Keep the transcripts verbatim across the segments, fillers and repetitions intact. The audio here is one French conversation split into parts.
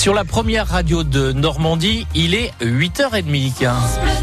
Sur la première radio de Normandie, il est huit heures trente.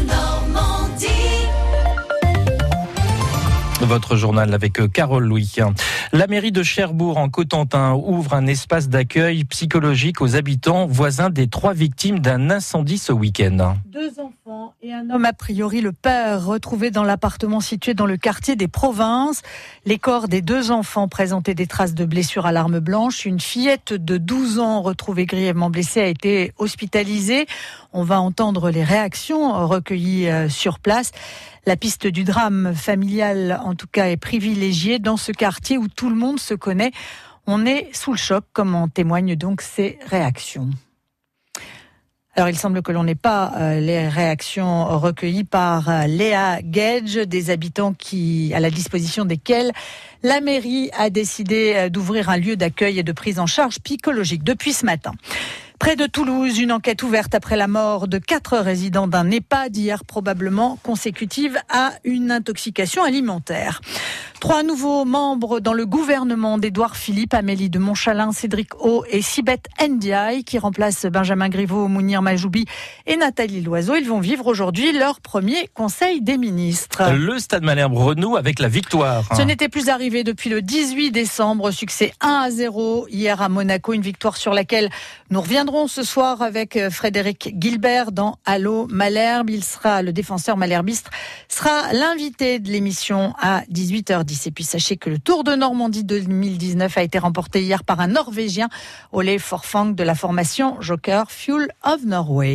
Votre journal avec Carole Louis. La mairie de Cherbourg en Cotentin ouvre un espace d'accueil psychologique aux habitants voisins des trois victimes d'un incendie ce week-end. Deux enfants et un homme, a priori le père, retrouvés dans l'appartement situé dans le quartier des Provinces. Les corps des deux enfants présentaient des traces de blessures à l'arme blanche. Une fillette de douze ans retrouvée grièvement blessée a été hospitalisée. On va entendre les réactions recueillies sur place. La piste du drame familial, en tout cas, est privilégiée dans ce quartier où tout le monde se connaît. On est sous le choc, comme en témoignent donc ces réactions. Alors, il semble que l'on n'ait pas euh, les réactions recueillies par euh, Léa Gage, des habitants qui, à la disposition desquels la mairie a décidé euh, d'ouvrir un lieu d'accueil et de prise en charge psychologique depuis ce matin. Près de Toulouse, une enquête ouverte après la mort de quatre résidents d'un EHPAD hier, probablement consécutive à une intoxication alimentaire. Trois nouveaux membres dans le gouvernement d'Édouard Philippe, Amélie de Montchalin, Cédric O et Sibeth Ndiaye, qui remplacent Benjamin Griveaux, Mounir Majoubi et Nathalie Loiseau. Ils vont vivre aujourd'hui leur premier conseil des ministres. Le Stade Malherbe renoue avec la victoire. Ce n'était plus arrivé depuis le dix-huit décembre. Succès un à zéro hier à Monaco. Une victoire sur laquelle nous reviendrons ce soir avec Frédéric Gilbert dans Allô Malherbe. Il sera, le défenseur malherbiste, sera l'invité de l'émission à dix-huit heures dix. Et puis sachez que le Tour de Normandie deux mille dix-neuf a été remporté hier par un Norvégien, Ole Forfang, de la formation Joker Fuel of Norway.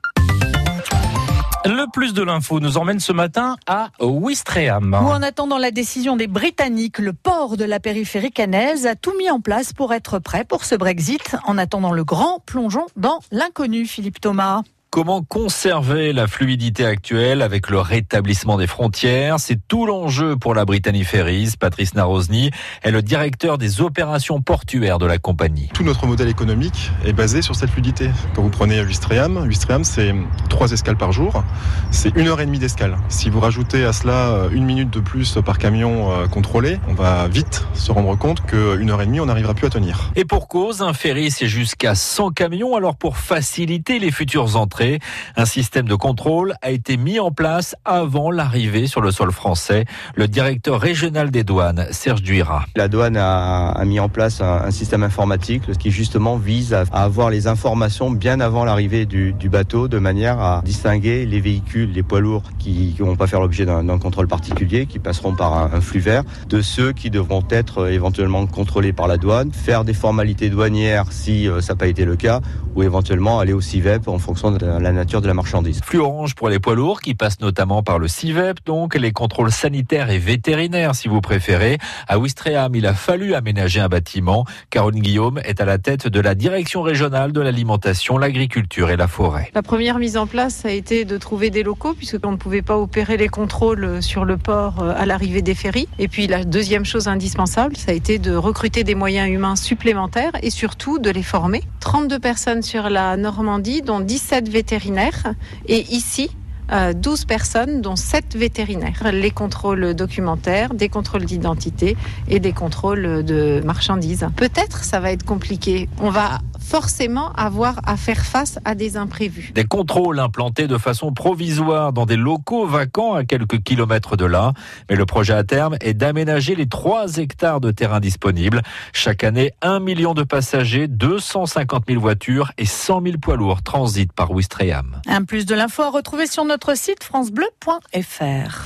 Le plus de l'info nous emmène ce matin à Ouistreham. Où, en attendant la décision des Britanniques, le port de la périphérie caennaise a tout mis en place pour être prêt pour ce Brexit, en attendant le grand plongeon dans l'inconnu. Philippe Thomas. Comment conserver la fluidité actuelle avec le rétablissement des frontières? C'est tout l'enjeu pour la Brittany Ferries. Patrice Narozny est le directeur des opérations portuaires de la compagnie. Tout notre modèle économique est basé sur cette fluidité. Quand vous prenez Ouistreham, Ouistreham c'est trois escales par jour, c'est une heure et demie d'escale. Si vous rajoutez à cela une minute de plus par camion contrôlé, on va vite se rendre compte qu'une heure et demie, on n'arrivera plus à tenir. Et pour cause, un ferry c'est jusqu'à cent camions. Alors pour faciliter les futures entrées, un système de contrôle a été mis en place avant l'arrivée sur le sol français. Le directeur régional des douanes, Serge Duira. La douane a, a mis en place un, un système informatique qui justement vise à, à avoir les informations bien avant l'arrivée du, du bateau, de manière à distinguer les véhicules, les poids lourds qui ne vont pas faire l'objet d'un, d'un contrôle particulier, qui passeront par un, un flux vert, de ceux qui devront être éventuellement contrôlés par la douane, faire des formalités douanières si euh, ça n'a pas été le cas, ou éventuellement aller au C I V E P en fonction de la nature de la marchandise. Flux orange pour les poids lourds qui passent notamment par le C I V E P, donc les contrôles sanitaires et vétérinaires si vous préférez. À Ouistreham, il a fallu aménager un bâtiment. Caroline Guillaume est à la tête de la direction régionale de l'alimentation, l'agriculture et la forêt. La première mise en place a été de trouver des locaux puisqu'on ne pouvait pas opérer les contrôles sur le port à l'arrivée des ferries. Et puis la deuxième chose indispensable, ça a été de recruter des moyens humains supplémentaires et surtout de les former. trente-deux personnes sur la Normandie, dont dix-sept vétérinaires, et ici, euh, douze personnes, dont sept vétérinaires. Les contrôles documentaires, des contrôles d'identité et des contrôles de marchandises. Peut-être ça va être compliqué. On va forcément avoir à faire face à des imprévus. Des contrôles implantés de façon provisoire dans des locaux vacants à quelques kilomètres de là. Mais le projet à terme est d'aménager les trois hectares de terrain disponibles. Chaque année, un million de passagers, deux cent cinquante mille voitures et cent mille poids lourds transitent par Ouistreham. Un plus de l'info à retrouver sur notre site francebleu point f r.